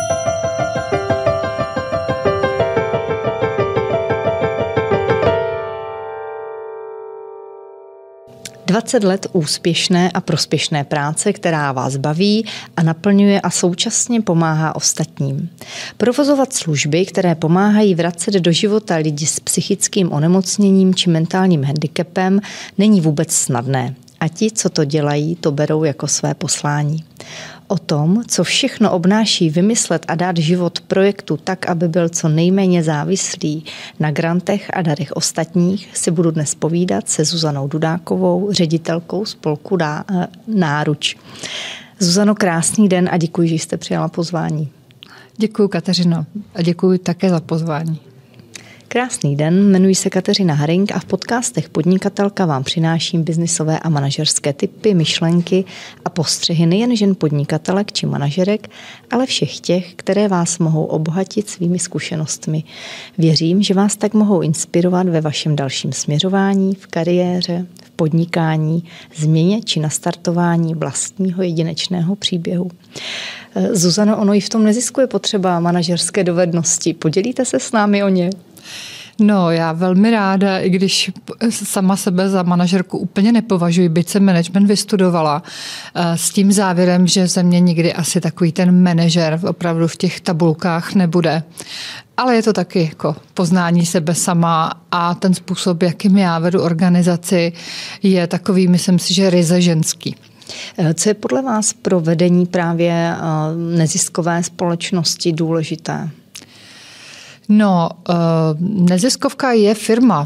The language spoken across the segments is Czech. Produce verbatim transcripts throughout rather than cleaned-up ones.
dvacet let úspěšné a prospěšné práce, která vás baví a naplňuje a současně pomáhá ostatním. Provozovat služby, které pomáhají vracet do života lidi s psychickým onemocněním či mentálním handicapem, není vůbec snadné. A ti, co to dělají, to berou jako své poslání. O tom, co všechno obnáší vymyslet a dát život projektu tak, aby byl co nejméně závislý na grantech a darech ostatních, si budu dnes povídat se Zuzanou Dudákovou, ředitelkou spolku Dá, Náruč. Zuzano, krásný den a děkuji, že jste přijala pozvání. Děkuji, Kateřino, a děkuji také za pozvání. Krásný den, jmenuji se Kateřina Haring a v podcastech Podnikatelka vám přináším biznisové a manažerské tipy, myšlenky a postřehy nejen žen podnikatelek či manažerek, ale všech těch, které vás mohou obohatit svými zkušenostmi. Věřím, že vás tak mohou inspirovat ve vašem dalším směřování, v kariéře, v podnikání, změně či nastartování vlastního jedinečného příběhu. Zuzano, ono i v tom nezisku je potřeba manažerské dovednosti. Podělíte se s námi o ně? No, já velmi ráda, i když sama sebe za manažerku úplně nepovažuji, byť jsem management vystudovala, s tím závěrem, že ze mě nikdy asi takový ten manažer opravdu v těch tabulkách nebude. Ale je to taky jako poznání sebe sama a ten způsob, jakým já vedu organizaci, je takový, myslím si, že ryze ženský. Co je podle vás pro vedení právě neziskové společnosti důležité? No, neziskovka je firma,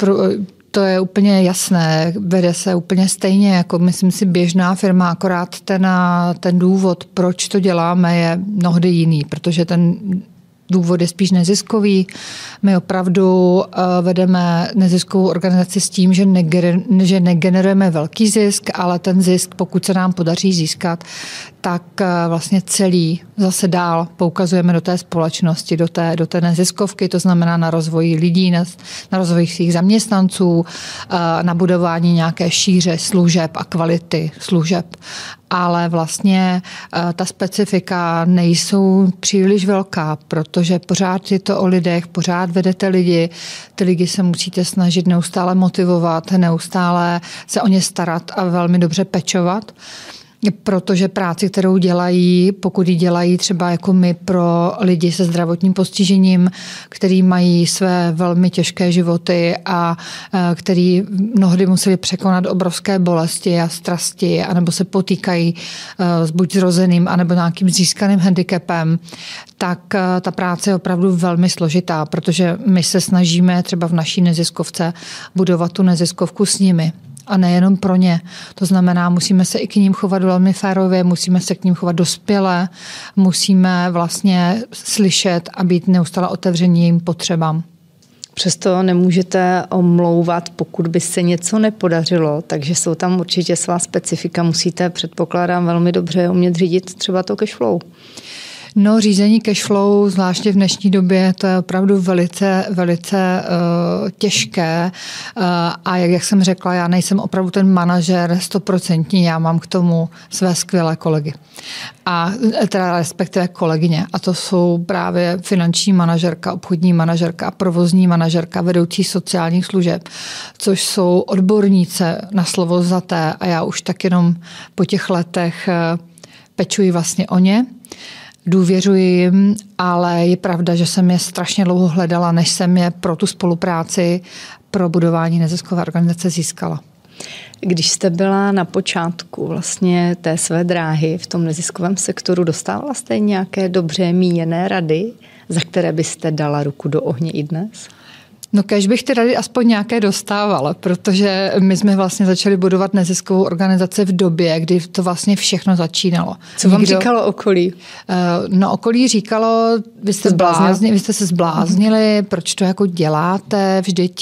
to je úplně jasné, vede se úplně stejně jako, myslím si, běžná firma, akorát ten, ten důvod, proč to děláme, je mnohdy jiný, protože ten důvod je spíš neziskový. My opravdu vedeme neziskovou organizaci s tím, že, negener, že negenerujeme velký zisk, ale ten zisk, pokud se nám podaří získat, tak vlastně celý zase dál poukazujeme do té společnosti, do té, do té neziskovky, to znamená na rozvoji lidí, na, na rozvoji svých zaměstnanců, na budování nějaké šíře služeb a kvality služeb. Ale vlastně ta specifika nejsou příliš velká, protože pořád je to o lidech, pořád vedete lidi, ty lidi se musíte snažit neustále motivovat, neustále se o ně starat a velmi dobře pečovat. Protože práci, kterou dělají, pokud ji dělají třeba jako my pro lidi se zdravotním postižením, který mají své velmi těžké životy a který mnohdy museli překonat obrovské bolesti a strasti, anebo se potýkají s buď zrozeným, anebo nějakým získaným handicapem, tak ta práce je opravdu velmi složitá, protože my se snažíme třeba v naší neziskovce budovat tu neziskovku s nimi. A nejenom pro ně. To znamená, musíme se i k ním chovat velmi férově, musíme se k ním chovat dospěle, musíme vlastně slyšet a být neustále otevření jejím potřebám. Přesto nemůžete omlouvat, pokud by se něco nepodařilo, takže jsou tam určitě svá specifika, musíte, předpokládám, velmi dobře umět řídit třeba to cashflow. No, řízení cashflow, zvláště v dnešní době, to je opravdu velice, velice uh, těžké uh, a jak, jak jsem řekla, já nejsem opravdu ten manažer stoprocentní, já mám k tomu své skvělé kolegy. A teda respektive kolegyně. A to jsou právě finanční manažerka, obchodní manažerka, provozní manažerka, vedoucí sociálních služeb, což jsou odbornice na slovo vzaté a já už tak jenom po těch letech uh, pečuji vlastně o ně. Důvěřuji jim, ale je pravda, že jsem je strašně dlouho hledala, než jsem je pro tu spolupráci, pro budování neziskové organizace získala. Když jste byla na počátku vlastně té své dráhy v tom neziskovém sektoru, dostávala jste nějaké dobře míněné rady, za které byste dala ruku do ohně i dnes? No kéž bych ty rady aspoň nějaké dostávala, protože my jsme vlastně začali budovat neziskovou organizaci v době, kdy to vlastně všechno začínalo. Co vám Nikdo... říkalo okolí? No okolí říkalo, vy jste, blázni, vy jste se zbláznili, proč to jako děláte, vždyť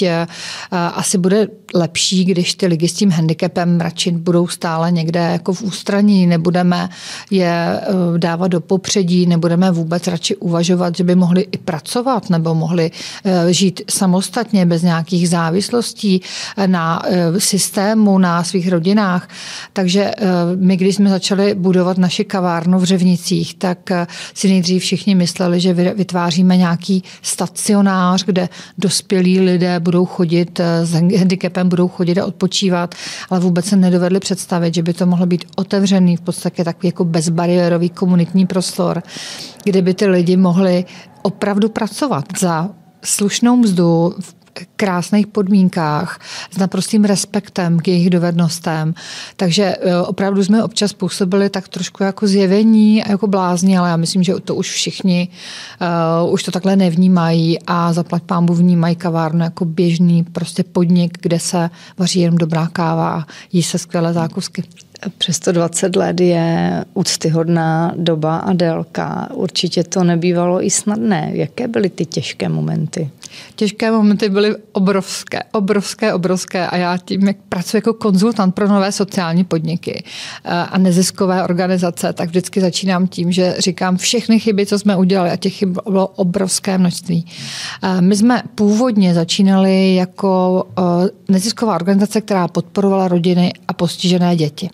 asi bude lepší, když ty lidi s tím handicapem radši budou stále někde jako v ústraní, nebudeme je dávat do popředí, nebudeme vůbec radši uvažovat, že by mohli i pracovat nebo mohli žít samozřejmě samostatně, bez nějakých závislostí na systému, na svých rodinách. Takže my, když jsme začali budovat naši kavárnu v Řevnicích, tak si nejdřív všichni mysleli, že vytváříme nějaký stacionář, kde dospělí lidé budou chodit s handicapem, budou chodit a odpočívat, ale vůbec se nedovedli představit, že by to mohlo být otevřený, v podstatě takový jako bezbariérový komunitní prostor, kde by ty lidi mohli opravdu pracovat za slušnou mzdu, v krásných podmínkách, s naprostým respektem k jejich dovednostem. Takže opravdu jsme občas působili tak trošku jako zjevení a jako blázni, ale já myslím, že to už všichni uh, už to takhle nevnímají a zaplať pánbůh vnímají kavárnu jako běžný prostě podnik, kde se vaří jenom dobrá káva a jí se skvělé zákusky. Přesto dvacet let je úctyhodná doba a délka. Určitě to nebývalo i snadné. Jaké byly ty těžké momenty? Těžké momenty byly obrovské, obrovské, obrovské a já tím, jak pracuji jako konzultant pro nové sociální podniky a neziskové organizace, tak vždycky začínám tím, že říkám všechny chyby, co jsme udělali a těch chyb bylo obrovské množství. My jsme původně začínali jako nezisková organizace, která podporovala rodiny a postižené děti.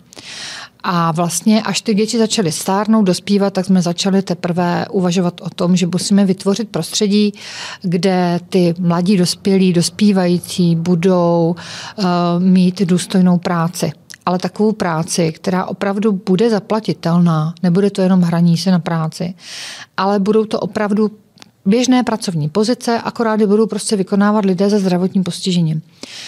A vlastně, až ty děti začaly stárnout, dospívat, tak jsme začali teprve uvažovat o tom, že musíme vytvořit prostředí, kde ty mladí dospělí, dospívající budou uh, mít důstojnou práci. Ale takovou práci, která opravdu bude zaplatitelná, nebude to jenom hraní se na práci, ale budou to opravdu běžné pracovní pozice, akorát je budou prostě vykonávat lidé se zdravotním postižením.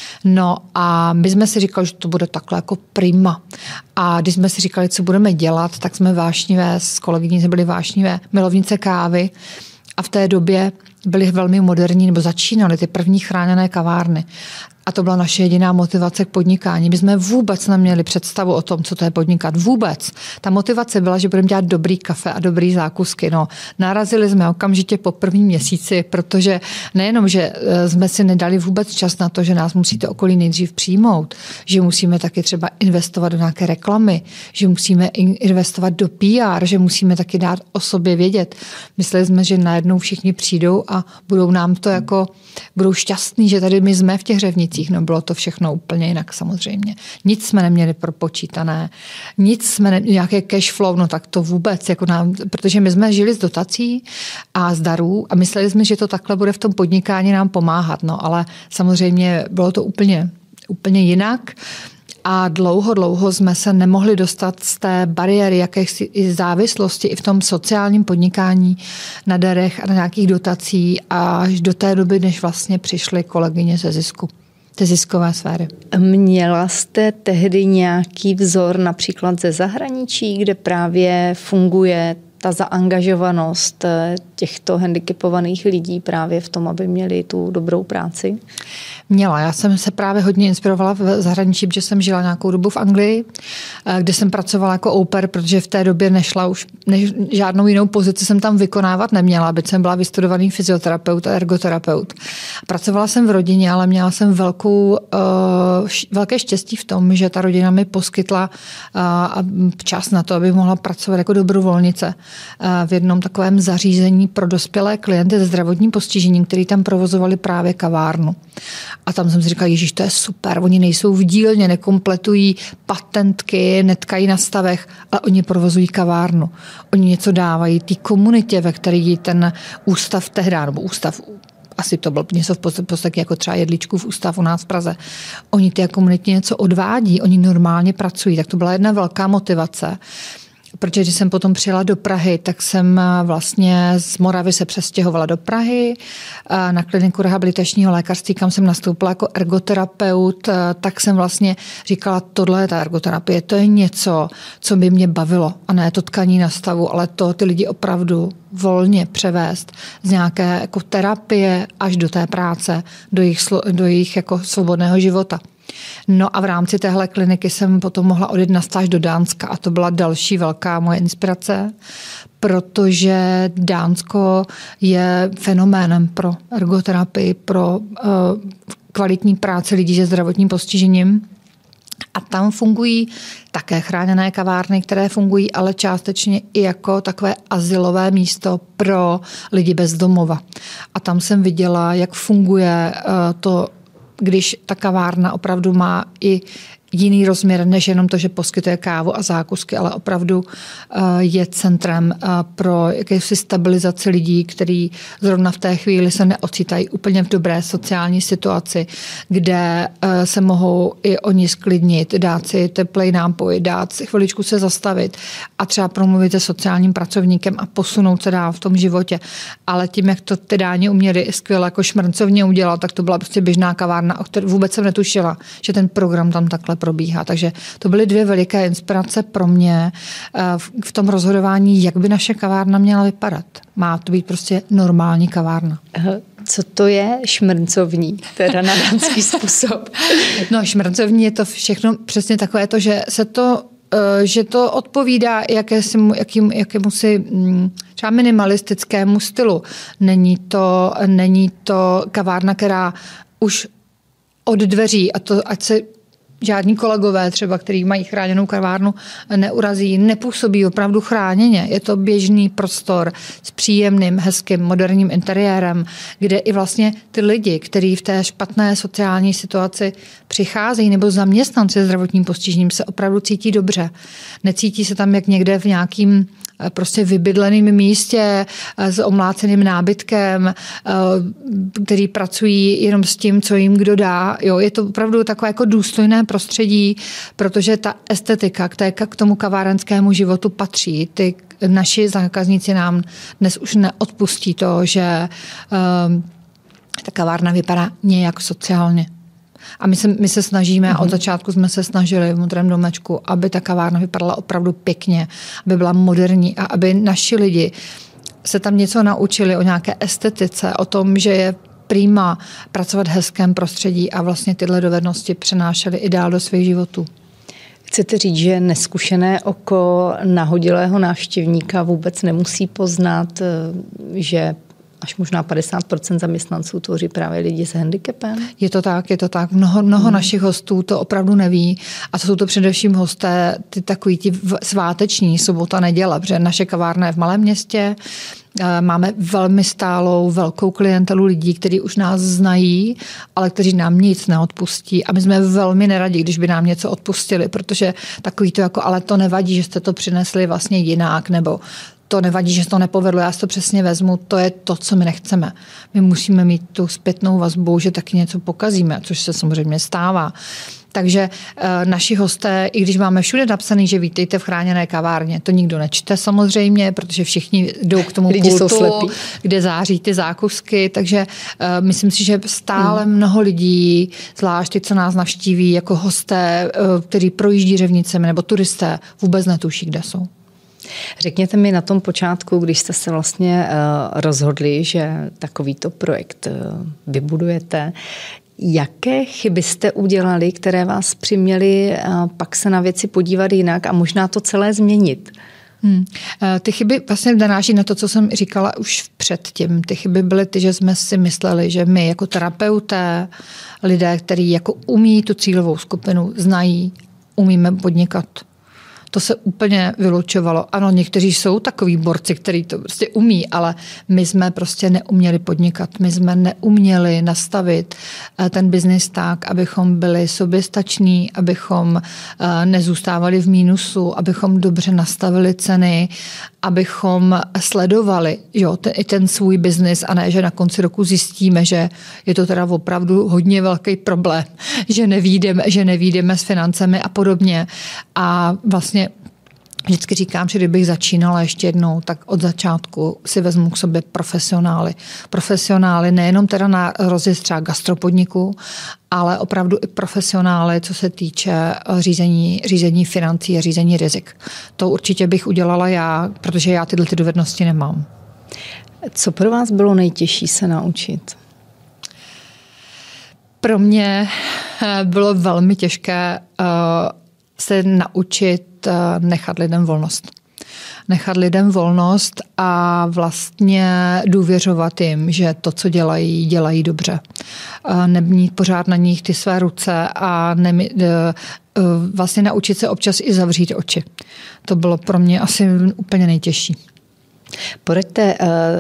No a my jsme si říkali, že to bude takhle jako prima. A když jsme si říkali, co budeme dělat, tak jsme vášnivé, s kolegyní jsme byli vášnivé milovnice kávy a v té době byly velmi moderní, nebo začínaly ty první chráněné kavárny. A to byla naše jediná motivace k podnikání. My jsme vůbec neměli představu o tom, co to je podnikat. Vůbec. Ta motivace byla, že budeme dělat dobrý kafe a dobrý zákusky. No, narazili jsme okamžitě po prvním měsíci, protože nejenom, že jsme si nedali vůbec čas na to, že nás musíte okolí nejdřív přijmout, že musíme taky třeba investovat do nějaké reklamy, že musíme investovat do P R, že musíme taky dát o sobě vědět. Mysleli jsme, že najednou všichni přijdou a budou nám to jako, budou šťastní, že tady my jsme v těch Řevnicích. No bylo to všechno úplně jinak samozřejmě. Nic jsme neměli propočítané, nic jsme ne, nějaké cash flow, no tak to vůbec, jako nám, protože my jsme žili z dotací a z darů a mysleli jsme, že to takhle bude v tom podnikání nám pomáhat, no ale samozřejmě bylo to úplně, úplně jinak. A dlouho, dlouho jsme se nemohli dostat z té bariéry jakési závislosti i v tom sociálním podnikání na darech a na nějakých dotací až do té doby, než vlastně přišly kolegyně ze zisku. Té ziskové sféry. Měla jste tehdy nějaký vzor například ze zahraničí, kde právě funguje ta zaangažovanost těchto handicapovaných lidí právě v tom, aby měli tu dobrou práci? Měla. Já jsem se právě hodně inspirovala v zahraničí, protože jsem žila nějakou dobu v Anglii, kde jsem pracovala jako au pair, protože v té době nešla už ne, žádnou jinou pozici jsem tam vykonávat neměla, byť jsem byla vystudovaný fyzioterapeut a ergoterapeut. Pracovala jsem v rodině, ale měla jsem velkou, uh, velké štěstí v tom, že ta rodina mi poskytla uh, čas na to, aby mohla pracovat jako dobrovolnice uh, v jednom takovém zařízení pro dospělé klienty se zdravotním postižením, který tam provozovali právě kavárnu. A tam jsem si říkala, ježiš, to je super, oni nejsou v dílně, nekompletují patentky, netkají na stavech, ale oni provozují kavárnu. Oni něco dávají té komunitě, ve které ten ústav tehdy, nebo ústav, asi to bylo něco v podstatě jako třeba Jedličkův ústav u nás v Praze. Oni té komunitě něco odvádí, oni normálně pracují, tak to byla jedna velká motivace. Protože když jsem potom přijela do Prahy, tak jsem vlastně z Moravy se přestěhovala do Prahy na kliniku rehabilitačního lékařství, kam jsem nastoupila jako ergoterapeut, tak jsem vlastně říkala, tohle je ta ergoterapie, to je něco, co by mě bavilo. A ne to tkaní na stavu, ale to ty lidi opravdu volně převést z nějaké jako terapie až do té práce, do jejich, do jejich jako svobodného života. No a v rámci téhle kliniky jsem potom mohla odjet na stáž do Dánska a to byla další velká moje inspirace, protože Dánsko je fenoménem pro ergoterapii, pro uh, kvalitní práci lidí se zdravotním postižením. A tam fungují také chráněné kavárny, které fungují ale částečně i jako takové azylové místo pro lidi bez domova. A tam jsem viděla, jak funguje to, když ta kavárna opravdu má i jiný rozměr, než jenom to, že poskytuje kávu a zákusky, ale opravdu je centrem pro jakési stabilizaci lidí, kteří zrovna v té chvíli se neocitají úplně v dobré sociální situaci, kde se mohou i oni sklidnit, dát si teplej nápoj, dát si chviličku se zastavit a třeba promluvit se sociálním pracovníkem a posunout se dál v tom životě. Ale tím, jak to ty dáni uměli skvěle jako šmrncovně udělat, tak to byla prostě běžná kavárna, o které vůbec jsem netušila, že ten program tam takhle probíhá. Takže to byly dvě veliké inspirace pro mě v tom rozhodování, jak by naše kavárna měla vypadat. Má to být prostě normální kavárna. Co to je šmrncovní, teda na dánský způsob? No šmrncovní je to všechno přesně takové to, že se to že to odpovídá jakési, jakým, jakému si třeba minimalistickému stylu. Není to, není to kavárna, která už od dveří, a to ať se žádní kolegové třeba, kteří mají chráněnou kavárnu, neurazí, nepůsobí opravdu chráněně. Je to běžný prostor s příjemným, hezkým, moderním interiérem, kde i vlastně ty lidi, kteří v té špatné sociální situaci přicházejí, nebo zaměstnanci se zdravotním postižením, se opravdu cítí dobře. Necítí se tam jak někde v nějakým prostě vybydleném místě s omláceným nábytkem, který pracují jenom s tím, co jim kdo dá. Jo, je to opravdu takové jako důstojné prostředí, protože ta estetika k tomu kavárenskému životu patří. Ty naši zákazníci nám dnes už neodpustí to, že ta kavárna vypadá nějak sociálně. A my se, my se snažíme, mm-hmm. od začátku jsme se snažili v Modrém domečku, aby ta kavárna vypadala opravdu pěkně, aby byla moderní a aby naši lidi se tam něco naučili o nějaké estetice, o tom, že je prima pracovat v hezkém prostředí a vlastně tyhle dovednosti přenášeli i dál do svých životů. Chcete říct, že neskušené oko nahodilého návštěvníka vůbec nemusí poznat, že až možná padesát procent zaměstnanců tvoří právě lidi s handicapem? Je to tak, je to tak. Mnoho, mnoho hmm. našich hostů to opravdu neví a to jsou to především hosté, ty takový ti sváteční, sobota, neděle, protože naše kavárna je v malém městě, máme velmi stálou, velkou klientelu lidí, kteří už nás znají, ale kteří nám nic neodpustí a my jsme velmi neradi, když by nám něco odpustili, protože takový to jako, ale to nevadí, že jste to přinesli vlastně jinak, nebo to nevadí, že se to nepovedlo, já si to přesně vezmu, to je to, co my nechceme. My musíme mít tu zpětnou vazbu, že taky něco pokazíme, což se samozřejmě stává. Takže e, naši hosté, i když máme všude napsaný, že vítejte v chráněné kavárně, to nikdo nečte samozřejmě, protože všichni jdou k tomu lidi pultu, kde září ty zákusky, takže e, myslím si, že stále hmm. mnoho lidí, zvlášť ty, co nás navštíví jako hosté, e, kteří projíždí Řevnicemi nebo turisté, vůbec netuší, kde jsou. Řekněte mi na tom počátku, když jste se vlastně uh, rozhodli, že takovýto projekt uh, vybudujete, jaké chyby jste udělali, které vás přiměly uh, pak se na věci podívat jinak a možná to celé změnit? Hmm. Ty chyby vlastně naráží na to, co jsem říkala už předtím. Ty chyby byly ty, že jsme si mysleli, že my jako terapeuté, lidé, kteří jako umí tu cílovou skupinu, znají, umíme podnikat. To se úplně vylučovalo. Ano, někteří jsou takový borci, kteří to prostě umí, ale my jsme prostě neuměli podnikat. My jsme neuměli nastavit ten biznis tak, abychom byli soběstační, abychom nezůstávali v mínusu, abychom dobře nastavili ceny, abychom sledovali jo, ten, i ten svůj biznis a ne, že na konci roku zjistíme, že je to teda opravdu hodně velký problém, že nevídeme, že nevídeme s financemi a podobně. A vlastně vždycky říkám, že kdybych začínala ještě jednou, tak od začátku si vezmu k sobě profesionály. Profesionály nejenom teda na rozjezd třeba gastropodniku, ale opravdu i profesionály, co se týče řízení, řízení financí a řízení rizik. To určitě bych udělala já, protože já tyhle ty dovednosti nemám. Co pro vás bylo nejtěžší se naučit? Pro mě bylo velmi těžké se naučit nechat lidem volnost. nechat lidem volnost a vlastně důvěřovat jim, že to, co dělají, dělají dobře. Nemít pořád na nich ty své ruce a nemít, vlastně naučit se občas i zavřít oči. To bylo pro mě asi úplně nejtěžší. Poraďte,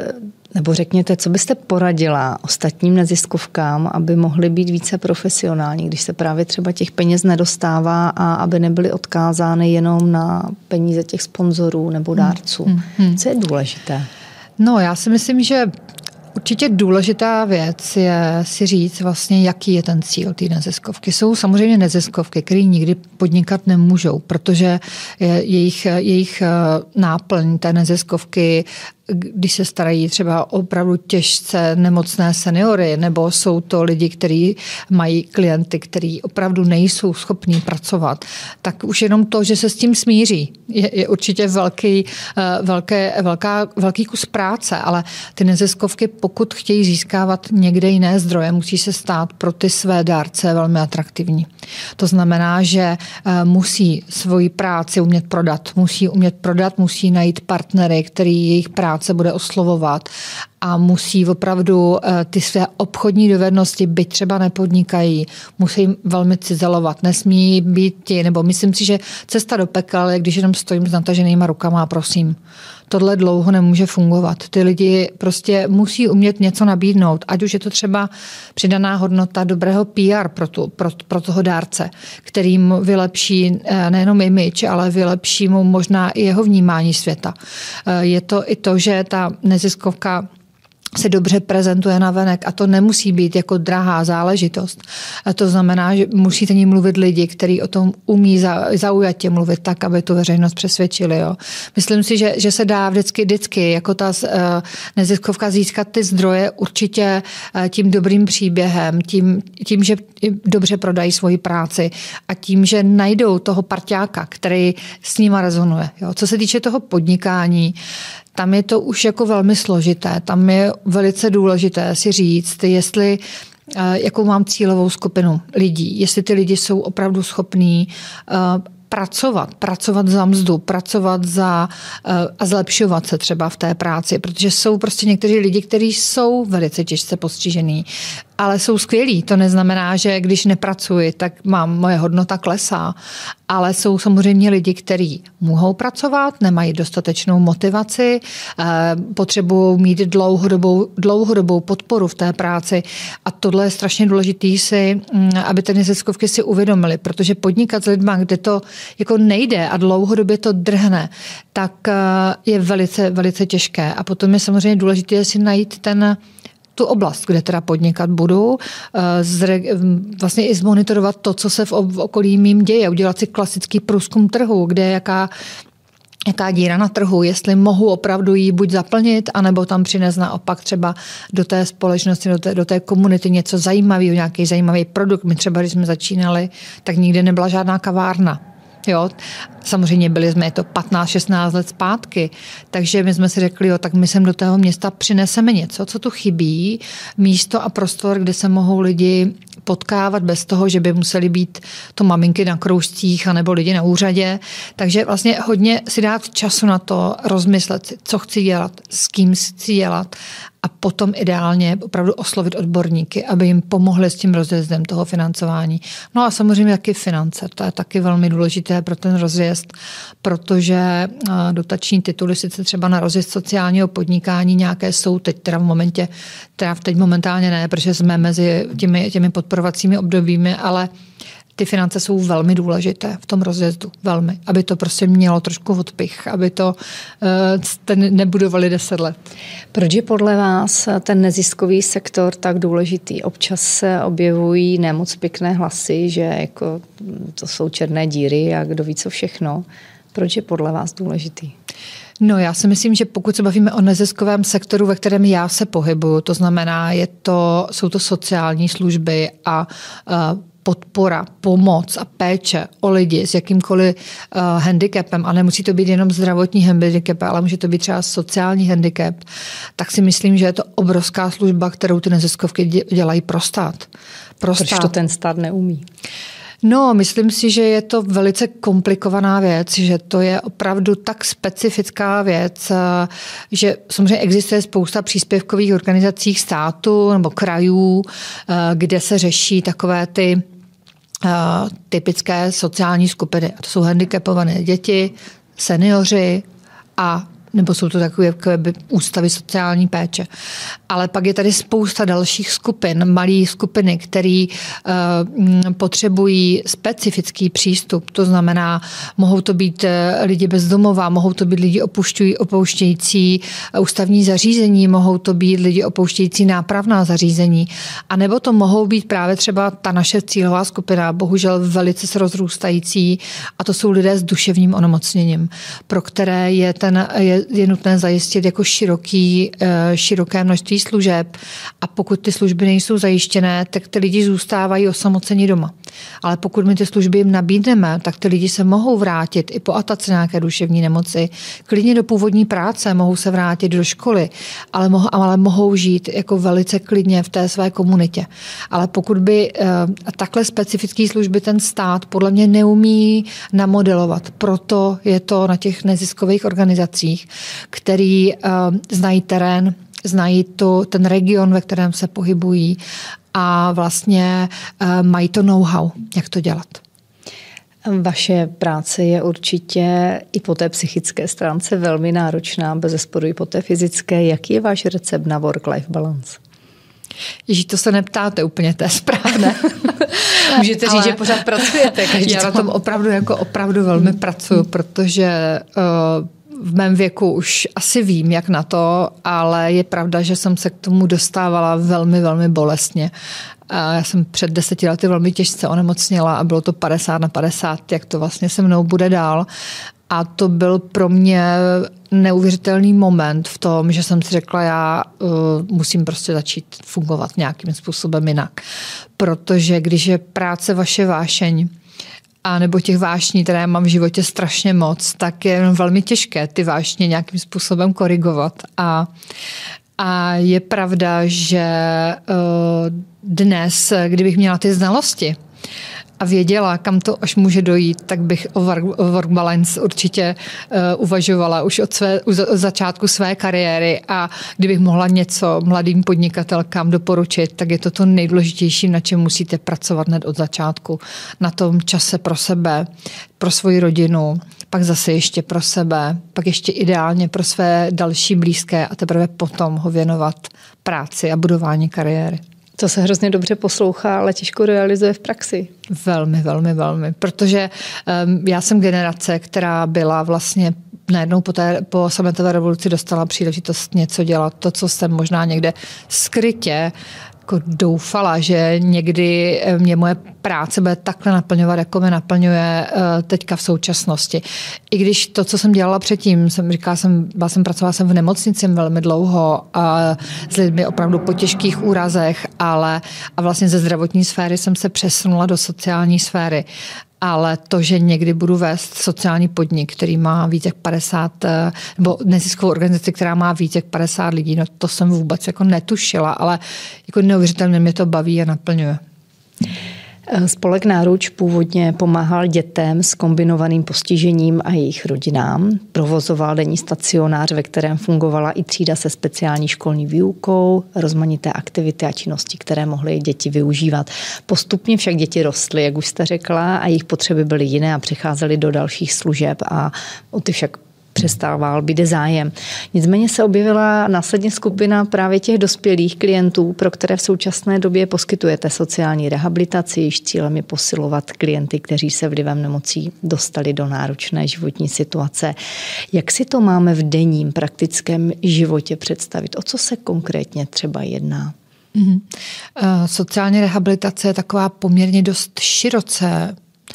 nebo řekněte, co byste poradila ostatním neziskovkám, aby mohly být více profesionální, když se právě třeba těch peněz nedostává a aby nebyly odkázány jenom na peníze těch sponzorů nebo dárců. Hmm. Hmm. Co je důležité? No, já si myslím, že určitě důležitá věc je si říct vlastně, jaký je ten cíl té neziskovky. Jsou samozřejmě neziskovky, které nikdy podnikat nemůžou, protože jejich, jejich náplň té neziskovky, když se starají třeba opravdu těžce nemocné seniory, nebo jsou to lidi, kteří mají klienty, kteří opravdu nejsou schopní pracovat, tak už jenom to, že se s tím smíří, je, je určitě velký, velké, velká, velký kus práce, ale ty neziskovky, pokud chtějí získávat někde jiné zdroje, musí se stát pro ty své dárce velmi atraktivní. To znamená, že musí svoji práci umět prodat, musí umět prodat, musí najít partnery, který jejich práci se bude oslovovat a musí opravdu ty své obchodní dovednosti, byť třeba nepodnikají, musí velmi cizelovat. Nesmí být ti, nebo myslím si, že cesta do pekel je, když jenom stojím s nataženýma rukama a prosím. Tohle dlouho nemůže fungovat. Ty lidi prostě musí umět něco nabídnout, ať už je to třeba přidaná hodnota dobrého P R pro, tu, pro, pro toho dárce, kterým vylepší nejenom image, ale vylepší mu možná i jeho vnímání světa. Je to i to, že ta neziskovka se dobře prezentuje navenek a to nemusí být jako drahá záležitost. A to znamená, že musíte ní mluvit lidi, kteří o tom umí zaujatě mluvit tak, aby tu veřejnost přesvědčili. Jo. Myslím si, že, že se dá vždycky, vždycky jako ta uh, neziskovka získat ty zdroje určitě uh, tím dobrým příběhem, tím, tím, že dobře prodají svoji práci a tím, že najdou toho parťáka, který s nima rezonuje. Jo. Co se týče toho podnikání, tam je to už jako velmi složité. Tam je velice důležité si říct, jestli jakou mám cílovou skupinu lidí, jestli ty lidi jsou opravdu schopní pracovat, pracovat za mzdu, pracovat za a zlepšovat se třeba v té práci, protože jsou prostě někteří lidi, kteří jsou velice těžce postižený, ale jsou skvělí. To neznamená, že když nepracuji, tak mám moje hodnota klesá, ale jsou samozřejmě lidi, kteří mohou pracovat, nemají dostatečnou motivaci, potřebují mít dlouhodobou, dlouhodobou podporu v té práci a tohle je strašně důležité si, aby ty neziskovky si uvědomili, protože podnikat s lidma, kde to jako nejde a dlouhodobě to drhne, tak je velice, velice těžké. A potom je samozřejmě důležité si najít ten tu oblast, kde teda podnikat budu, vlastně i zmonitorovat to, co se v okolí mým děje, udělat si klasický průzkum trhu, kde je jaká jaká díra na trhu, jestli mohu opravdu ji buď zaplnit, anebo tam přinést naopak třeba do té společnosti, do té, do té komunity něco zajímavého, nějaký zajímavý produkt. My třeba, když jsme začínali, tak nikdy nebyla žádná kavárna. Jo, samozřejmě byli jsme to patnáct šestnáct let zpátky, takže my jsme si řekli, jo, tak my sem do toho města přineseme něco, co tu chybí, místo a prostor, kde se mohou lidi potkávat bez toho, že by museli být to maminky na kroužcích anebo lidi na úřadě. Takže vlastně hodně si dát času na to, rozmyslet si, co chci dělat, s kým chci dělat a potom ideálně opravdu oslovit odborníky, aby jim pomohli s tím rozjezdem toho financování. No a samozřejmě taky finance. To je taky velmi důležité pro ten rozjezd, protože dotační tituly sice třeba na rozjezd sociálního podnikání nějaké jsou teď teda v momentě, teda teď momentálně ne, protože jsme mezi těmi, těmi podporovacími obdobími, ale ty finance jsou velmi důležité v tom rozjezdu, velmi, aby to prostě mělo trošku odpich, aby to uh, nebudovali deset let. Proč je podle vás ten neziskový sektor tak důležitý? Občas se objevují nemoc pěkné hlasy, že jako to jsou černé díry a kdo ví co všechno. Proč je podle vás důležitý? No, já si myslím, že pokud se bavíme o neziskovém sektoru, ve kterém já se pohybuju, to znamená, je to, jsou to sociální služby a uh, podpora, pomoc a péče o lidi s jakýmkoliv uh, handicapem, a nemusí to být jenom zdravotní handicap, ale může to být třeba sociální handicap, tak si myslím, že je to obrovská služba, kterou ty neziskovky dělají pro stát. Pro Proč stát. to ten stát neumí? No, myslím si, že je to velice komplikovaná věc, že to je opravdu tak specifická věc, že samozřejmě existuje spousta příspěvkových organizací státu nebo krajů, kde se řeší takové ty typické sociální skupiny. A to jsou handicapované děti, seniori a nebo jsou to takové ústavy sociální péče. Ale pak je tady spousta dalších skupin, malé skupiny, které uh, potřebují specifický přístup. To znamená, mohou to být lidi bezdomová, mohou to být lidi opušťují, opouštějící ústavní zařízení, mohou to být lidi opouštějící nápravná zařízení. A nebo to mohou být právě třeba ta naše cílová skupina, bohužel velice se rozrůstající, a to jsou lidé s duševním onemocněním, pro které je ten je je nutné zajistit jako široký, široké množství služeb a pokud ty služby nejsou zajištěné, tak ty lidi zůstávají osamoceni doma. Ale pokud my ty služby jim nabídneme, tak ty lidi se mohou vrátit i po atace nějaké duševní nemoci, klidně do původní práce, mohou se vrátit do školy, ale, mohou, ale mohou žít jako velice klidně v té své komunitě. Ale pokud by takhle specifické služby ten stát podle mě neumí namodelovat, proto je to na těch neziskových organizacích, který uh, znají terén, znají to, ten region, ve kterém se pohybují a vlastně uh, mají to know-how, jak to dělat. Vaše práce je určitě i po té psychické stránce velmi náročná, bezesporu i po té fyzické. Jaký je váš recept na work-life balance? Ježíš, to se neptáte úplně, to je správné. Můžete říct, ale že pořád pracujete. Každý já na tom opravdu, jako opravdu velmi hmm. pracuji, protože uh, v mém věku už asi vím, jak na to, ale je pravda, že jsem se k tomu dostávala velmi, velmi bolestně. Já jsem před deseti lety velmi těžce onemocněla a bylo to padesát na padesát, jak to vlastně se mnou bude dál. A to byl pro mě neuvěřitelný moment v tom, že jsem si řekla, já uh, musím prostě začít fungovat nějakým způsobem jinak. Protože když je práce vaše vášeň, a nebo těch vášní, které mám v životě strašně moc, tak je velmi těžké ty vášně nějakým způsobem korigovat. A, a je pravda, že uh, dnes, kdybych měla ty znalosti a věděla, kam to až může dojít, tak bych o work, o work balance určitě uh, uvažovala už od, své, od začátku své kariéry a kdybych mohla něco mladým podnikatelkám doporučit, tak je to to nejdůležitější, na čem musíte pracovat hned od začátku. Na tom čase pro sebe, pro svoji rodinu, pak zase ještě pro sebe, pak ještě ideálně pro své další blízké a teprve potom ho věnovat práci a budování kariéry. To se hrozně dobře poslouchá, ale těžko realizuje v praxi. Velmi, velmi, velmi. Protože um, já jsem generace, která byla vlastně najednou po, té, po sametové revoluci dostala příležitost něco dělat. To, co jsem možná někde skrytě jako doufala, že někdy mě moje práce bude takhle naplňovat, jako mě naplňuje teďka v současnosti. I když to, co jsem dělala předtím, jsem říkala, jsem, jsem pracovala jsem v nemocnici velmi dlouho a s lidmi opravdu po těžkých úrazech, ale a vlastně ze zdravotní sféry jsem se přesunula do sociální sféry. Ale to, že někdy budu vést sociální podnik, který má víc jak padesát, nebo neziskovou organizaci, která má víc jak padesát lidí, no to jsem vůbec jako netušila, ale jako neuvěřitelně mě to baví a naplňuje. Spolek Náruč původně pomáhal dětem s kombinovaným postižením a jejich rodinám. Provozoval denní stacionář, ve kterém fungovala i třída se speciální školní výukou, rozmanité aktivity a činnosti, které mohly děti využívat. Postupně však děti rostly, jak už jste řekla, a jejich potřeby byly jiné a přecházely do dalších služeb a o ty však přestával být zájem. Nicméně se objevila následně skupina právě těch dospělých klientů, pro které v současné době poskytujete sociální rehabilitaci, jejíž cílem je posilovat klienty, kteří se vlivem nemocí dostali do náročné životní situace. Jak si to máme v denním praktickém životě představit? O co se konkrétně třeba jedná? Mm-hmm. Sociální rehabilitace je taková poměrně dost široce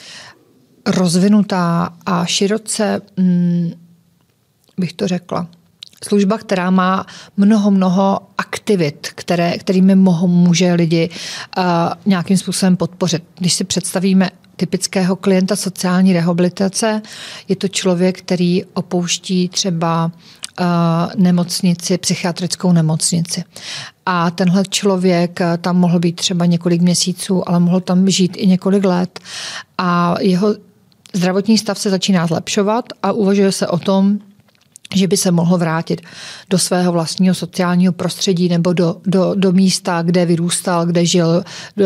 rozvinutá a široce mm, bych to řekla. Služba, která má mnoho, mnoho aktivit, které, kterými mohou, může lidi uh, nějakým způsobem podpořit. Když si představíme typického klienta sociální rehabilitace, je to člověk, který opouští třeba uh, nemocnici, psychiatrickou nemocnici. A tenhle člověk tam mohl být třeba několik měsíců, ale mohl tam žít i několik let. A jeho zdravotní stav se začíná zlepšovat a uvažuje se o tom, že by se mohl vrátit do svého vlastního sociálního prostředí nebo do, do, do místa, kde vyrůstal, kde žil do,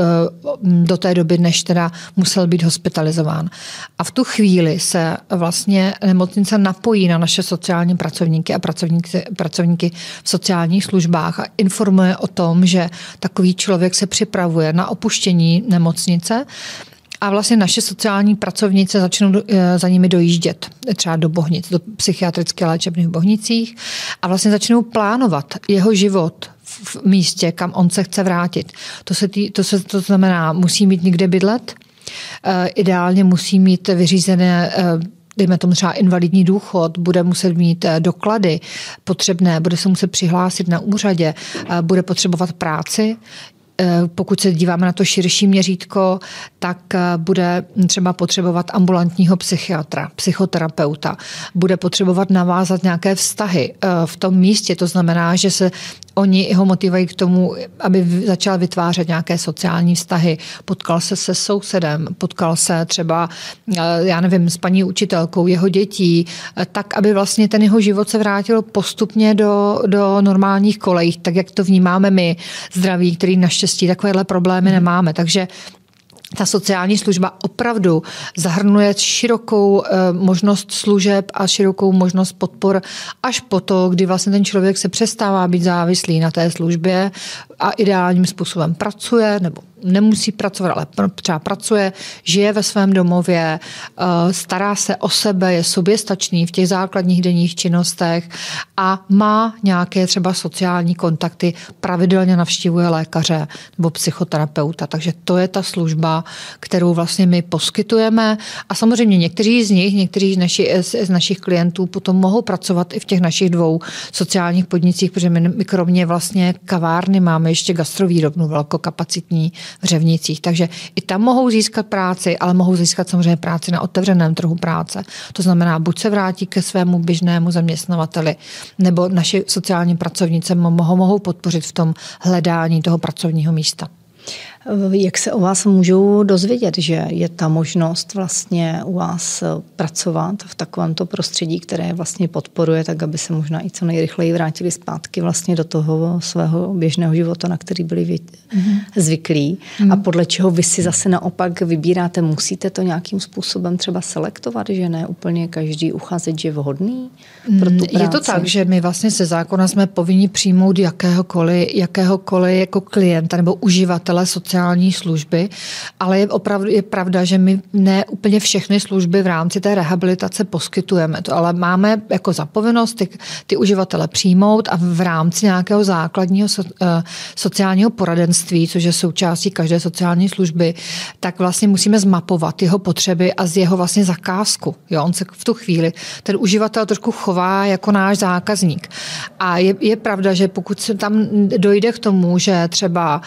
do té doby, než teda musel být hospitalizován. A v tu chvíli se vlastně nemocnice napojí na naše sociální pracovníky a pracovníky, pracovníky v sociálních službách a informuje o tom, že takový člověk se připravuje na opuštění nemocnice. A vlastně naše sociální pracovnice začnou za nimi dojíždět třeba do Bohnic, do psychiatrické léčebných Bohnicích a vlastně začnou plánovat jeho život v místě, kam on se chce vrátit. To, se tý, to, se, to znamená, musí mít někde bydlet, ideálně musí mít vyřízené dejme tomu třeba invalidní důchod, bude muset mít doklady potřebné, bude se muset přihlásit na úřadě, bude potřebovat práci. Pokud se díváme na to širší měřítko, tak bude třeba potřebovat ambulantního psychiatra, psychoterapeuta. Bude potřebovat navázat nějaké vztahy v tom místě. To znamená, že se oni ho motivují k tomu, aby začal vytvářet nějaké sociální vztahy. Potkal se se sousedem, potkal se třeba, já nevím, s paní učitelkou jeho dětí, tak, aby vlastně ten jeho život se vrátil postupně do, do normálních kolejí, tak jak to vnímáme my, zdraví, který naštěstí takovéhle problémy nemáme. Takže ta sociální služba opravdu zahrnuje širokou možnost služeb a širokou možnost podpor až po to, kdy vlastně ten člověk se přestává být závislý na té službě a ideálním způsobem pracuje nebo nemusí pracovat, ale třeba pracuje, žije ve svém domově, stará se o sebe, je soběstačný v těch základních denních činnostech a má nějaké třeba sociální kontakty, pravidelně navštěvuje lékaře nebo psychoterapeuta. Takže to je ta služba, kterou vlastně my poskytujeme a samozřejmě někteří z nich, někteří z, naši, z našich klientů potom mohou pracovat i v těch našich dvou sociálních podnicích, protože my kromě vlastně kavárny máme ještě gastrovýrobnu velkokapacitní v Řevnicích. Takže i tam mohou získat práci, ale mohou získat samozřejmě práci na otevřeném trhu práce. To znamená, buď se vrátí ke svému běžnému zaměstnavateli, nebo naši sociální pracovnice mohou, mohou podpořit v tom hledání toho pracovního místa. Jak se o vás můžou dozvědět, že je ta možnost vlastně u vás pracovat v takovémto prostředí, které vlastně podporuje, tak aby se možná i co nejrychleji vrátili zpátky vlastně do toho svého běžného života, na který byli mm-hmm. zvyklí. Mm-hmm. A podle čeho vy si zase naopak vybíráte, musíte to nějakým způsobem třeba selektovat, že ne úplně každý uchazeč je vhodný pro tu práci? Je to tak, že my vlastně se zákona jsme povinni přijmout jakéhokoliv, jakéhokoliv jako klienta nebo uživatele sociální služby, ale je opravdu je pravda, že my ne úplně všechny služby v rámci té rehabilitace poskytujeme to, ale máme jako zapovinnost ty, ty uživatele přijmout a v rámci nějakého základního so, sociálního poradenství, což je součástí každé sociální služby, tak vlastně musíme zmapovat jeho potřeby a z jeho vlastně zakázku. Jo, on se v tu chvíli, ten uživatel trošku chová jako náš zákazník. A je, je pravda, že pokud se tam dojde k tomu, že třeba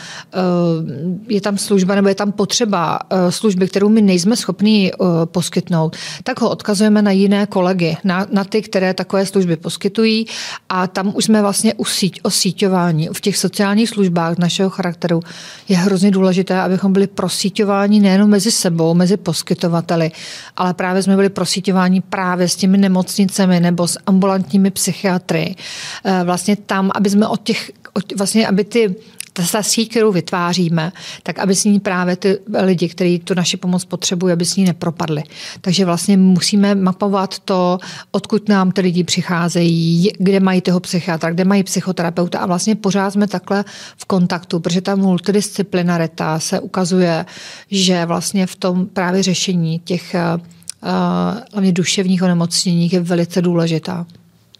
je tam služba nebo je tam potřeba služby, kterou my nejsme schopni poskytnout, tak ho odkazujeme na jiné kolegy, na, na ty, které takové služby poskytují a tam už jsme vlastně u síť, o síťování. V těch sociálních službách našeho charakteru je hrozně důležité, abychom byli prosíťováni nejenom mezi sebou, mezi poskytovateli, ale právě jsme byli prosíťováni právě s těmi nemocnicemi nebo s ambulantními psychiatry. Vlastně tam, aby jsme od těch, vlastně aby ty ta síť, kterou vytváříme, tak aby s ní právě ty lidi, kteří tu naši pomoc potřebují, aby s ní nepropadli. Takže vlastně musíme mapovat to, odkud nám ty lidi přicházejí, kde mají toho psychiatra, kde mají psychoterapeuta a vlastně pořád jsme takhle v kontaktu, protože ta multidisciplinarita se ukazuje, že vlastně v tom právě řešení těch hlavně duševních onemocnění je velice důležitá.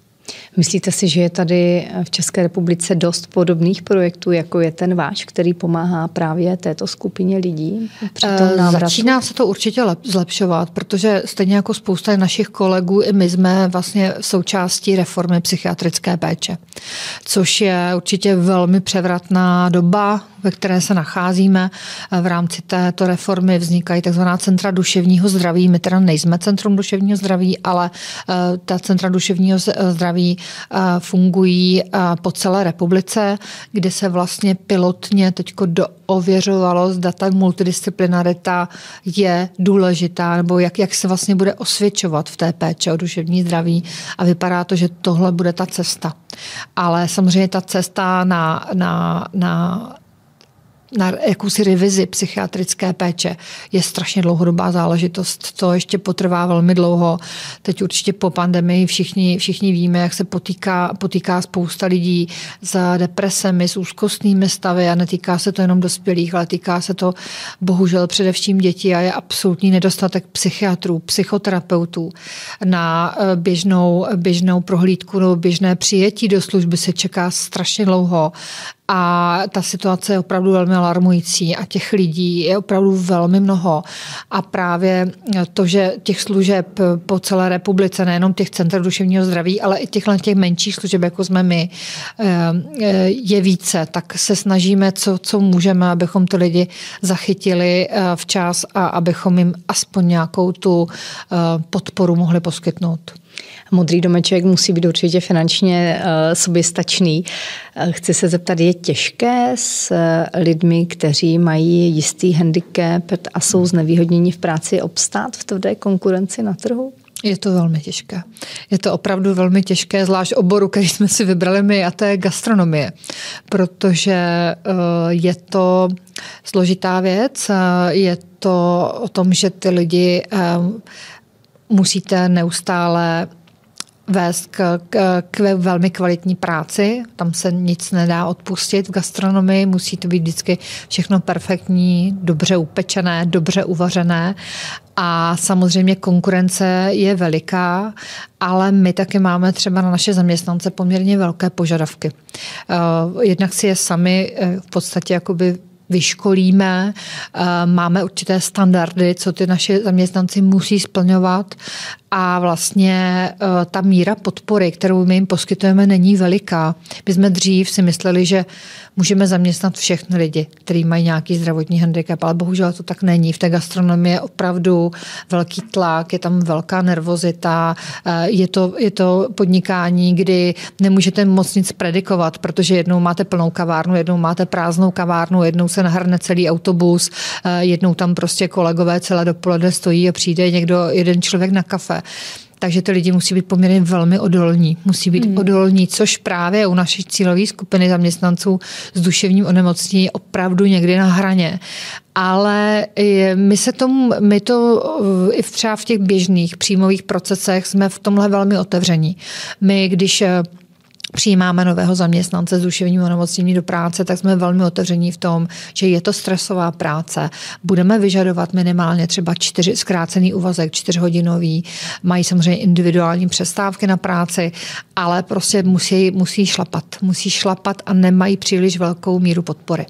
Myslíte si, že je tady v České republice dost podobných projektů, jako je ten váš, který pomáhá právě této skupině lidí při tom návratu? Začíná se to určitě zlepšovat, protože stejně jako spousta našich kolegů, i my jsme vlastně součástí reformy psychiatrické péče, což je určitě velmi převratná doba, ve které se nacházíme. V rámci této reformy vznikají takzvaná centra duševního zdraví. My teda nejsme centrum duševního zdraví, ale ta centra duševního zdraví fungují po celé republice, kde se vlastně pilotně teďko doověřovalo, zda ta multidisciplinarita je důležitá, nebo jak, jak se vlastně bude osvědčovat v té péči o duševní zdraví, a vypadá to, že tohle bude ta cesta. Ale samozřejmě ta cesta na, na, na na jakousi revizi psychiatrické péče je strašně dlouhodobá záležitost. To ještě potrvá velmi dlouho. Teď určitě po pandemii všichni, všichni víme, jak se potýká, potýká spousta lidí s depresemi, s úzkostnými stavy, a netýká se to jenom dospělých, ale týká se to bohužel především dětí, a je absolutní nedostatek psychiatrů, psychoterapeutů. Na běžnou, běžnou prohlídku nebo běžné přijetí do služby se čeká strašně dlouho. A ta situace je opravdu velmi alarmující a těch lidí je opravdu velmi mnoho. A právě to, že těch služeb po celé republice, nejenom těch center duševního zdraví, ale i těch, těch menších služeb, jako jsme my, je více, tak se snažíme, co, co můžeme, abychom ty lidi zachytili včas a abychom jim aspoň nějakou tu podporu mohli poskytnout. Modrý domeček musí být určitě finančně uh, soběstačný. Uh, chci se zeptat, je těžké s uh, lidmi, kteří mají jistý handicap a jsou znevýhodněni v práci, obstát v tvrdé konkurenci na trhu? Je to velmi těžké. Je to opravdu velmi těžké, zvlášť oboru, který jsme si vybrali my, a to je gastronomie. Protože uh, je to složitá věc, uh, je to o tom, že ty lidi uh, musíte neustále vést k, k, k velmi kvalitní práci. Tam se nic nedá odpustit v gastronomii. Musí to být vždycky všechno perfektní, dobře upečené, dobře uvařené. A samozřejmě konkurence je veliká, ale my taky máme třeba na naše zaměstnance poměrně velké požadavky. Jednak si je sami v podstatě jakoby vyškolíme, máme určité standardy, co ty naše zaměstnanci musí splňovat, a vlastně ta míra podpory, kterou my jim poskytujeme, není veliká. My jsme dřív si mysleli, že můžeme zaměstnat všechny lidi, kteří mají nějaký zdravotní handicap, ale bohužel to tak není. V té gastronomii je opravdu velký tlak, je tam velká nervozita, je to, je to podnikání, kdy nemůžete moc nic predikovat, protože jednou máte plnou kavárnu, jednou máte prázdnou kavárnu, jednou se nahrne celý autobus, jednou tam prostě kolegové celé dopoledne stojí a přijde někdo, jeden člověk na kafe. Takže ty lidi musí být poměrně velmi odolní. Musí být hmm. odolní, což právě u naší cílové skupiny zaměstnanců s duševním onemocněním je opravdu někdy na hraně. Ale my se tomu, my to i třeba v těch běžných příjmových procesech jsme v tomhle velmi otevření. My, když přijímáme nového zaměstnance s duševním onemocněním do práce, tak jsme velmi otevření v tom, že je to stresová práce. Budeme vyžadovat minimálně třeba čtyři, zkrácený úvazek, čtyřhodinový, mají samozřejmě individuální přestávky na práci, ale prostě musí, musí šlapat. Musí šlapat a nemají příliš velkou míru podpory.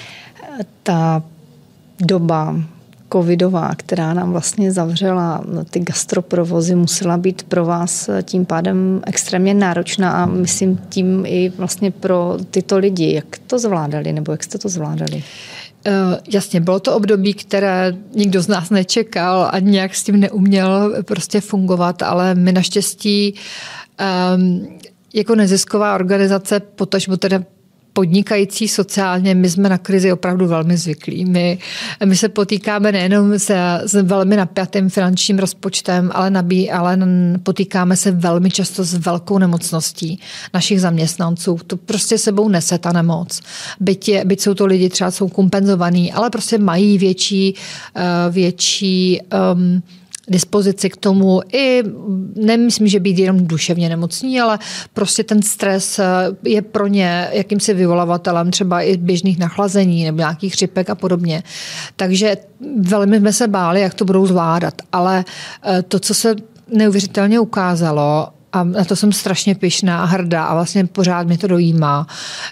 Ta doba covidová, která nám vlastně zavřela ty gastroprovozy, musela být pro vás tím pádem extrémně náročná, a myslím tím i vlastně pro tyto lidi. Jak to zvládali, nebo jak jste to zvládali? Jasně, bylo to období, které nikdo z nás nečekal a nějak s tím neuměl prostě fungovat, ale my naštěstí um, jako nezisková organizace, potažmo teda podnikající sociálně, my jsme na krizi opravdu velmi zvyklí. My, my se potýkáme nejenom se, s velmi napjatým finančním rozpočtem, ale, nabí, ale potýkáme se velmi často s velkou nemocností našich zaměstnanců. To prostě sebou nese ta nemoc. Byť, je, byť jsou to lidi, třeba jsou kompenzovaní, ale prostě mají větší, větší um, dispozici k tomu i, nemyslím, že být jenom duševně nemocní, ale prostě ten stres je pro ně jakýmsi vyvolavatelem třeba i běžných nachlazení nebo nějakých chřipek a podobně. Takže velmi jsme se báli, jak to budou zvládat, ale to, co se neuvěřitelně ukázalo, a na to jsem strašně pyšná a hrdá a vlastně pořád mě to dojímá,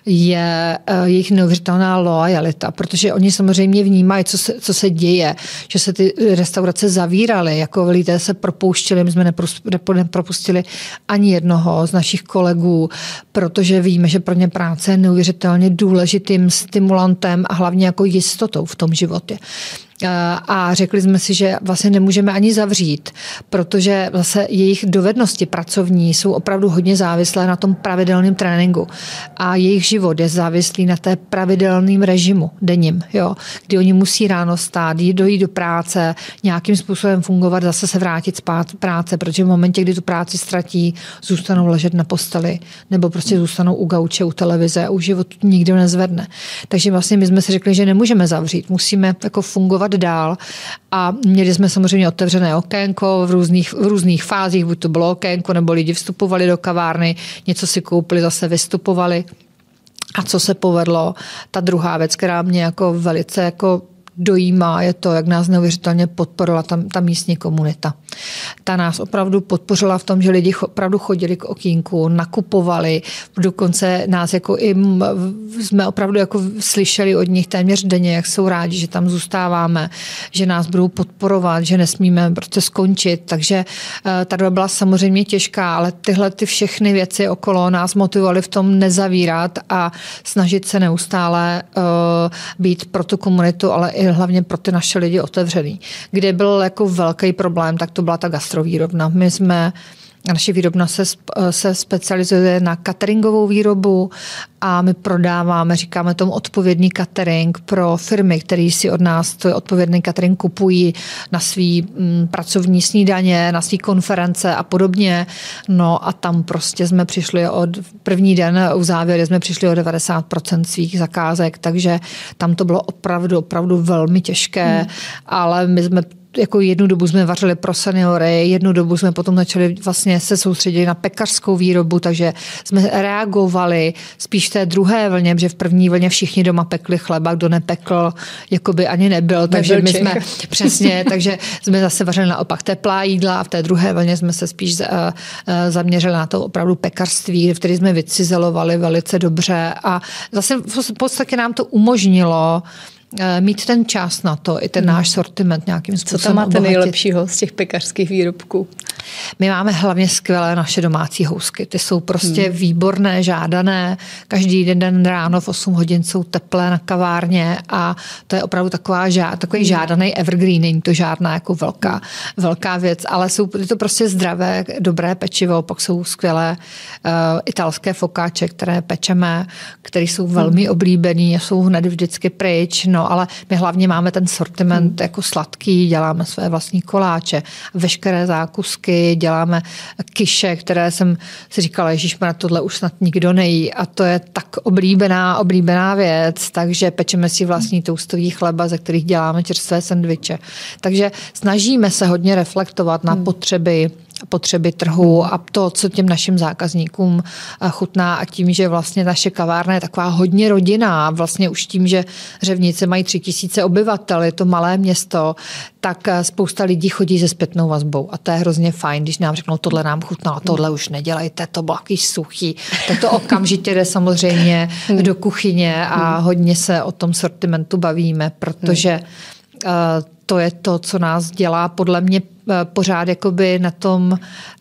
je jejich neuvěřitelná loajalita, protože oni samozřejmě vnímají, co se, co se děje, že se ty restaurace zavíraly, jako lidé se propouštěli, my jsme nepropustili ani jednoho z našich kolegů, protože víme, že pro ně práce je neuvěřitelně důležitým stimulantem a hlavně jako jistotou v tom životě. A řekli jsme si, že vlastně nemůžeme ani zavřít, protože vlastně jejich dovednosti pracovní jsou opravdu hodně závislé na tom pravidelném tréninku a jejich život je závislý na té pravidelném režimu denním, jo, kdy oni musí ráno stát, jít dojít do práce, nějakým způsobem fungovat, zase se vrátit spát práce, protože v momentě, kdy tu práci ztratí, zůstanou ležet na posteli nebo prostě zůstanou u gauče, u televize a už život nikdo nezvedne. Takže vlastně my jsme si řekli, že nemůžeme zavřít, musíme jako fungovat dál a měli jsme samozřejmě otevřené okénko v různých, v různých fázích, buď to bylo okénko, nebo lidi vstupovali do kavárny, něco si koupili, zase vystupovali. A co se povedlo, ta druhá věc, která mě jako velice jako dojímá, je to, jak nás neuvěřitelně podporovala tam ta místní komunita. Ta nás opravdu podpořila v tom, že lidi opravdu chodili k okýnku, nakupovali, dokonce nás jako i jsme opravdu jako slyšeli od nich téměř denně, jak jsou rádi, že tam zůstáváme, že nás budou podporovat, že nesmíme prostě skončit. Takže ta doba byla samozřejmě těžká, ale tyhle ty všechny věci okolo nás motivovaly v tom nezavírat a snažit se neustále uh, být pro tu komunitu, ale i hlavně pro ty naše lidi otevřený. Kde byl jako velký problém, tak to byla ta gastrovýrobna. My jsme, naše výrobna se, se specializuje na cateringovou výrobu a my prodáváme, říkáme tomu odpovědný catering pro firmy, které si od nás to odpovědný catering kupují na svý m, pracovní snídaně, na svý konference a podobně. No a tam prostě jsme přišli od první den u závěru jsme přišli o devadesát procent svých zakázek, takže tam to bylo opravdu, opravdu velmi těžké, hmm. ale my jsme jako jednu dobu jsme vařili pro seniory, jednu dobu jsme potom začali vlastně se soustředit na pekařskou výrobu, takže jsme reagovali spíš v té druhé vlně, protože v první vlně všichni doma pekli chleba, kdo nepekl, jakoby ani nebyl, takže my jsme přesně, takže jsme zase vařili naopak teplá jídla a v té druhé vlně jsme se spíš zaměřili na to opravdu pekařství, v které jsme vycizelovali velice dobře a zase v podstatě nám to umožnilo mít ten čas na to, i ten náš sortiment nějakým způsobem. Co tam máte obohatit. nejlepšího z těch pekařských výrobků? My máme hlavně skvělé naše domácí housky. Ty jsou prostě hmm. výborné, žádané. Každý den ráno v osm hodin jsou teplé na kavárně a to je opravdu taková, takový hmm. žádaný evergreen. Není to žádná jako velká, hmm. velká věc, ale jsou to prostě zdravé, dobré pečivo. Pak jsou skvělé uh, italské fokáče, které pečeme, které jsou velmi hmm. oblíbený a jsou hned vždycky pryč. No, ale my hlavně máme ten sortiment hmm. jako sladký, děláme své vlastní koláče, veškeré zákusky, děláme kyše, které jsem si říkala, ježišmarja, tohle už snad nikdo nejí a to je tak oblíbená, oblíbená věc, takže pečeme si vlastní toustový chleba, ze kterých děláme čerstvé sendviče. Takže snažíme se hodně reflektovat na hmm. potřeby potřeby trhu a to, co těm našim zákazníkům chutná a tím, že vlastně naše kavárna je taková hodně rodinná, vlastně už tím, že Řevnice mají tři tisíce obyvatel, je to malé město, tak spousta lidí chodí se zpětnou vazbou a to je hrozně fajn, když nám řeknou, tohle nám chutná, tohle už nedělejte, to bylo jaký suchý, tak to okamžitě jde samozřejmě do kuchyně a hodně se o tom sortimentu bavíme, protože to je to, co nás dělá podle mě pořád jakoby na tom,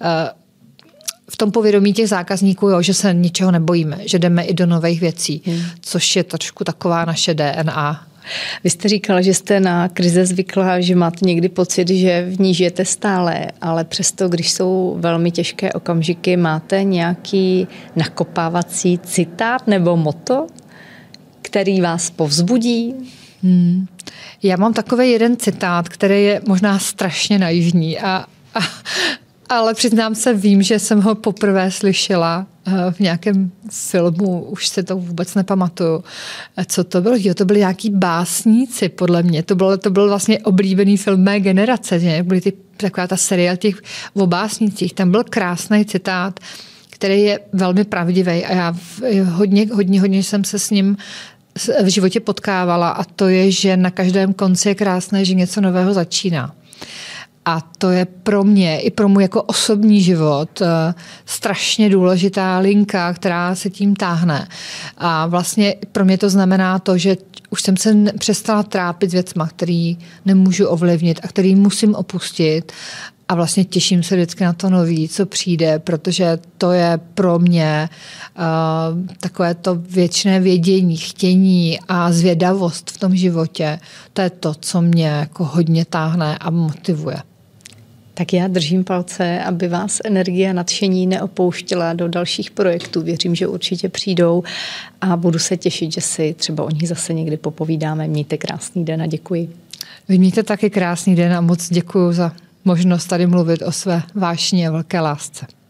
v tom povědomí těch zákazníků, jo, že se ničeho nebojíme, že jdeme i do nových věcí, hmm. což je trošku taková naše D N A. Vy jste říkala, že jste na krize zvykla, že máte někdy pocit, že v ní žijete stále, ale přesto, když jsou velmi těžké okamžiky, máte nějaký nakopávací citát nebo motto, který vás povzbudí? Hmm. Já mám takový jeden citát, který je možná strašně naivní, a, a, ale přiznám se, vím, že jsem ho poprvé slyšela v nějakém filmu, už se to vůbec nepamatuju. Co to bylo? Jo, to byly nějaký básníci, podle mě. To byl, to byl vlastně oblíbený film mé generace. Že? Byly ty, taková ta seriál těch o básnících. Tam byl krásný citát, který je velmi pravdivý a já hodně, hodně, hodně jsem se s ním v životě potkávala a to je, že na každém konci je krásné, že něco nového začíná. A to je pro mě i pro můj jako osobní život strašně důležitá linka, která se tím táhne. A vlastně pro mě to znamená to, že už jsem se přestala trápit s věcma, který nemůžu ovlivnit a který musím opustit. A vlastně těším se vždycky na to nový, co přijde, protože to je pro mě uh, takové to věčné vědění, chtění a zvědavost v tom životě. To je to, co mě jako hodně táhne a motivuje. Tak já držím palce, aby vás energie a nadšení neopouštěla do dalších projektů. Věřím, že určitě přijdou a budu se těšit, že si třeba o nich zase někdy popovídáme. Mějte krásný den a děkuji. Vy mějte taky krásný den a moc děkuji za možnost tady mluvit o své vášni a velké lásce.